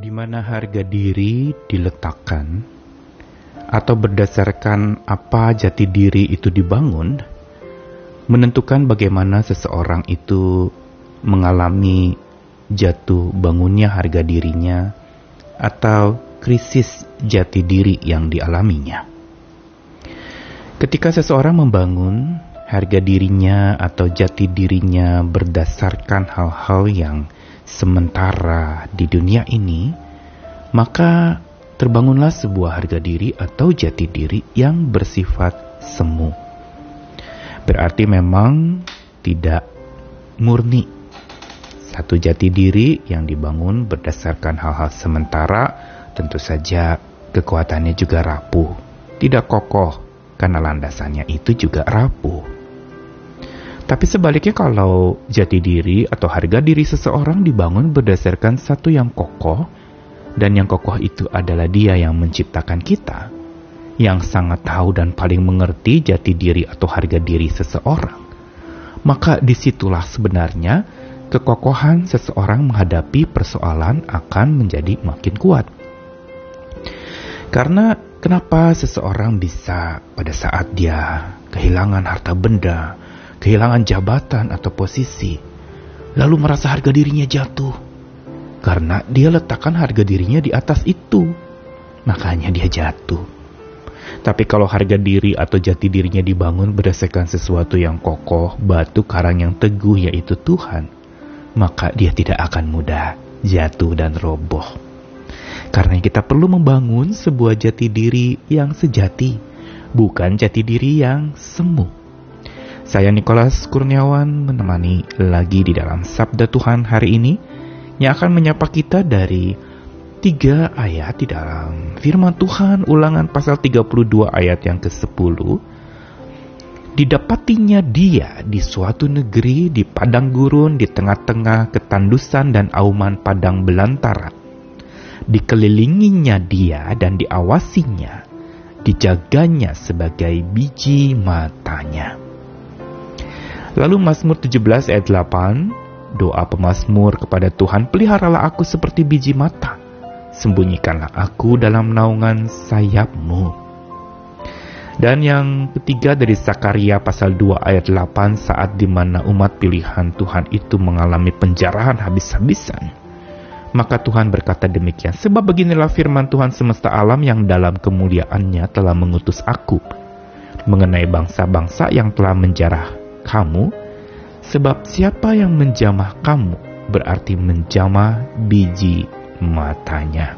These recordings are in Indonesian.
di mana harga diri diletakkan atau berdasarkan apa jati diri itu dibangun, menentukan bagaimana seseorang itu mengalami jatuh bangunnya harga dirinya atau krisis jati diri yang dialaminya. Ketika seseorang membangun harga dirinya atau jati dirinya berdasarkan hal-hal yang sementara di dunia ini, maka terbangunlah sebuah harga diri atau jati diri yang bersifat semu. Berarti memang tidak murni. Satu jati diri yang dibangun berdasarkan hal-hal sementara, tentu saja kekuatannya juga rapuh, tidak kokoh karena landasannya itu juga rapuh. Tapi sebaliknya, kalau jati diri atau harga diri seseorang dibangun berdasarkan satu yang kokoh, dan yang kokoh itu adalah Dia yang menciptakan kita, yang sangat tahu dan paling mengerti jati diri atau harga diri seseorang, maka disitulah sebenarnya kekokohan seseorang menghadapi persoalan akan menjadi makin kuat. Karena kenapa seseorang bisa pada saat dia kehilangan harta benda, kehilangan jabatan atau posisi, lalu merasa harga dirinya jatuh? Karena dia letakkan harga dirinya di atas itu, makanya dia jatuh. Tapi kalau harga diri atau jati dirinya dibangun berdasarkan sesuatu yang kokoh, batu karang yang teguh, yaitu Tuhan, maka dia tidak akan mudah jatuh dan roboh. Karena kita perlu membangun sebuah jati diri yang sejati, bukan jati diri yang semu. Saya Nikolas Kurniawan menemani lagi di dalam Sabda Tuhan hari ini, yang akan menyapa kita dari 3 ayat di dalam firman Tuhan, Ulangan pasal 32 ayat yang ke-10. Didapatinya dia di suatu negeri, di padang gurun, di tengah-tengah ketandusan dan auman padang belantara. Dikelilinginya dia dan diawasinya, dijaganya sebagai biji matanya. Lalu Mazmur 17 ayat 8, doa pemazmur kepada Tuhan, peliharalah aku seperti biji mata, sembunyikanlah aku dalam naungan sayap-Mu. Dan yang ketiga dari Zakaria pasal 2 ayat 8, saat dimana umat pilihan Tuhan itu mengalami penjarahan habis-habisan, maka Tuhan berkata demikian, sebab beginilah firman Tuhan semesta alam yang dalam kemuliaannya telah mengutus aku mengenai bangsa-bangsa yang telah menjarah kamu, sebab siapa yang menjamah kamu berarti menjamah biji matanya.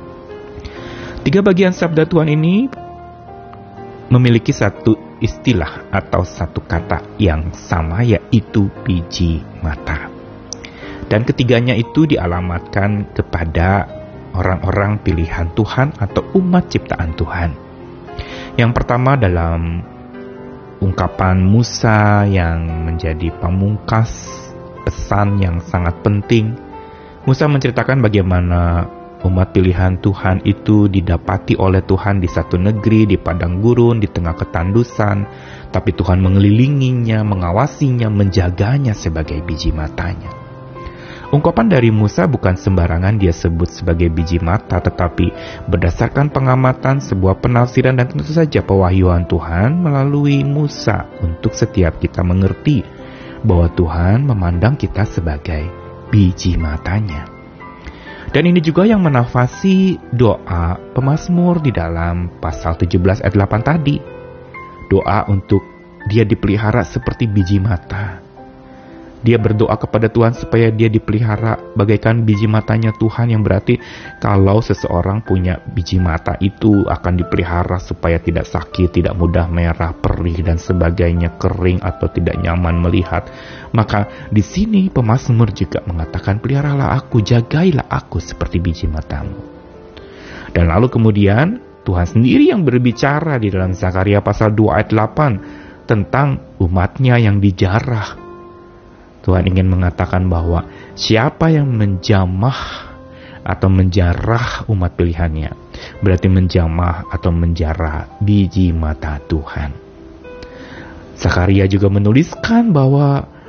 3 bagian sabda Tuhan ini memiliki satu istilah atau satu kata yang sama, yaitu biji mata. Dan ketiganya itu dialamatkan kepada orang-orang pilihan Tuhan atau umat ciptaan Tuhan. Yang pertama dalam ungkapan Musa yang menjadi pamungkas pesan yang sangat penting. Musa menceritakan bagaimana umat pilihan Tuhan itu didapati oleh Tuhan di satu negeri, di padang gurun, di tengah ketandusan, tapi Tuhan mengelilinginya, mengawasinya, menjaganya sebagai biji matanya. Ungkapan dari Musa bukan sembarangan dia sebut sebagai biji mata, tetapi berdasarkan pengamatan, sebuah penafsiran, dan tentu saja pewahyuan Tuhan melalui Musa untuk setiap kita mengerti bahwa Tuhan memandang kita sebagai biji matanya. Dan ini juga yang menafasi doa pemazmur di dalam pasal 17 ayat 8 tadi. Doa untuk dia dipelihara seperti biji mata. Dia berdoa kepada Tuhan supaya dia dipelihara bagaikan biji matanya Tuhan, yang berarti kalau seseorang punya biji mata itu akan dipelihara supaya tidak sakit, tidak mudah merah, perih, dan sebagainya, kering atau tidak nyaman melihat. Maka di sini pemazmur juga mengatakan, peliharalah aku, jagailah aku seperti biji matamu. Dan lalu kemudian Tuhan sendiri yang berbicara di dalam Zakaria pasal 2 ayat 8 tentang umatnya yang dijarah. Tuhan ingin mengatakan bahwa siapa yang menjamah atau menjarah umat pilihannya, berarti menjamah atau menjarah biji mata Tuhan. Zakaria juga menuliskan bahwa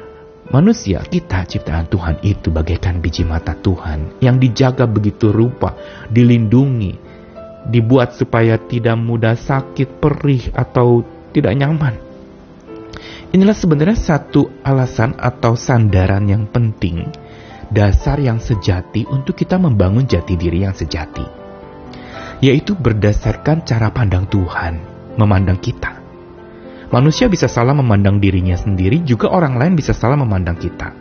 Manusia, kita ciptaan Tuhan itu bagaikan biji mata Tuhan yang dijaga begitu rupa, dilindungi, dibuat supaya tidak mudah sakit, perih, atau tidak nyaman. Inilah sebenarnya satu alasan atau sandaran yang penting, dasar yang sejati untuk kita membangun jati diri yang sejati, yaitu berdasarkan cara pandang Tuhan memandang kita. Manusia bisa salah memandang dirinya sendiri, juga orang lain bisa salah memandang kita.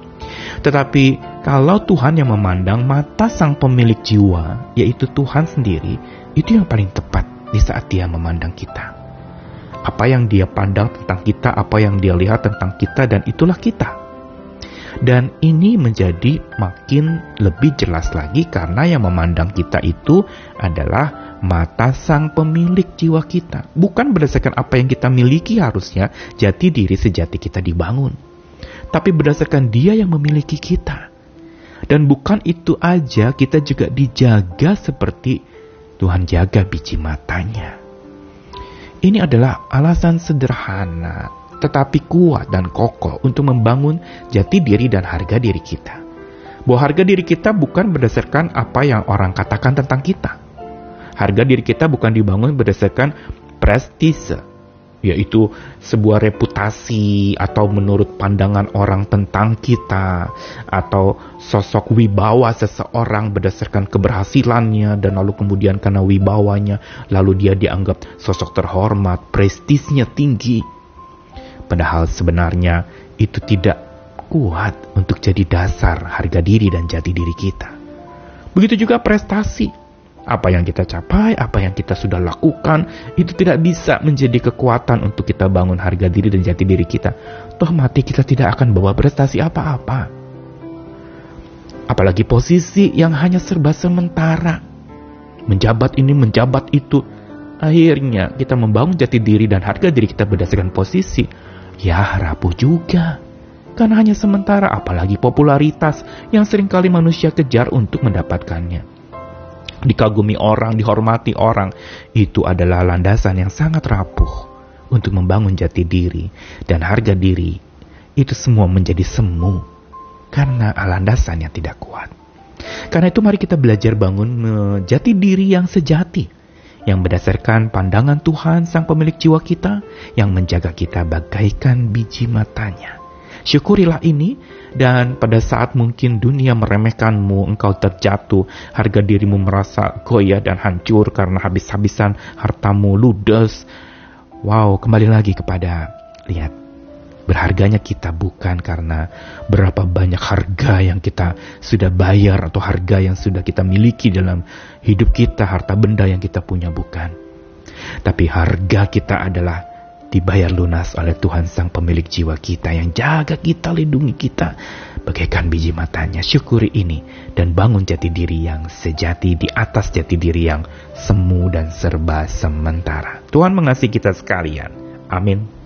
Tetapi kalau Tuhan yang memandang, mata sang pemilik jiwa, yaitu Tuhan sendiri, itu yang paling tepat di saat Dia memandang kita. Apa yang Dia pandang tentang kita, apa yang Dia lihat tentang kita, dan itulah kita. Dan ini menjadi makin lebih jelas lagi karena yang memandang kita itu adalah mata sang pemilik jiwa kita. Bukan berdasarkan apa yang kita miliki harusnya jati diri sejati kita dibangun, tapi berdasarkan Dia yang memiliki kita. Dan bukan itu aja, kita juga dijaga seperti Tuhan jaga biji matanya. Ini adalah alasan sederhana tetapi kuat dan kokoh untuk membangun jati diri dan harga diri kita. Bahwa harga diri kita bukan berdasarkan apa yang orang katakan tentang kita. Harga diri kita bukan dibangun berdasarkan prestise, yaitu sebuah reputasi atau menurut pandangan orang tentang kita, atau sosok wibawa seseorang berdasarkan keberhasilannya, dan lalu kemudian karena wibawanya lalu dia dianggap sosok terhormat, prestisnya tinggi. Padahal sebenarnya itu tidak kuat untuk jadi dasar harga diri dan jati diri kita. Begitu juga prestasi. Apa yang kita capai, apa yang kita sudah lakukan, itu tidak bisa menjadi kekuatan untuk kita bangun harga diri dan jati diri kita. Toh mati kita tidak akan bawa prestasi apa-apa. Apalagi posisi yang hanya serba sementara. Menjabat ini, menjabat itu. Akhirnya kita membangun jati diri dan harga diri kita berdasarkan posisi. Ya rapuh juga. Karena hanya sementara, apalagi popularitas yang seringkali manusia kejar untuk mendapatkannya. Dikagumi orang, dihormati orang, itu adalah landasan yang sangat rapuh untuk membangun jati diri dan harga diri. Itu semua menjadi semu karena landasannya tidak kuat. Karena itu mari kita belajar bangun jati diri yang sejati, yang berdasarkan pandangan Tuhan sang pemilik jiwa kita, yang menjaga kita bagaikan biji matanya. Syukurilah ini, dan pada saat mungkin dunia meremehkanmu, engkau terjatuh, harga dirimu merasa goyah dan hancur karena habis-habisan hartamu ludes. Wow, kembali lagi kepada, lihat, berharganya kita bukan karena berapa banyak harga yang kita sudah bayar atau harga yang sudah kita miliki dalam hidup kita, harta benda yang kita punya, bukan. Tapi harga kita adalah dibayar lunas oleh Tuhan sang pemilik jiwa kita yang jaga kita, lindungi kita bagaikan biji matanya. Syukuri ini dan bangun jati diri yang sejati di atas jati diri yang semu dan serba sementara. Tuhan mengasihi kita sekalian. Amin.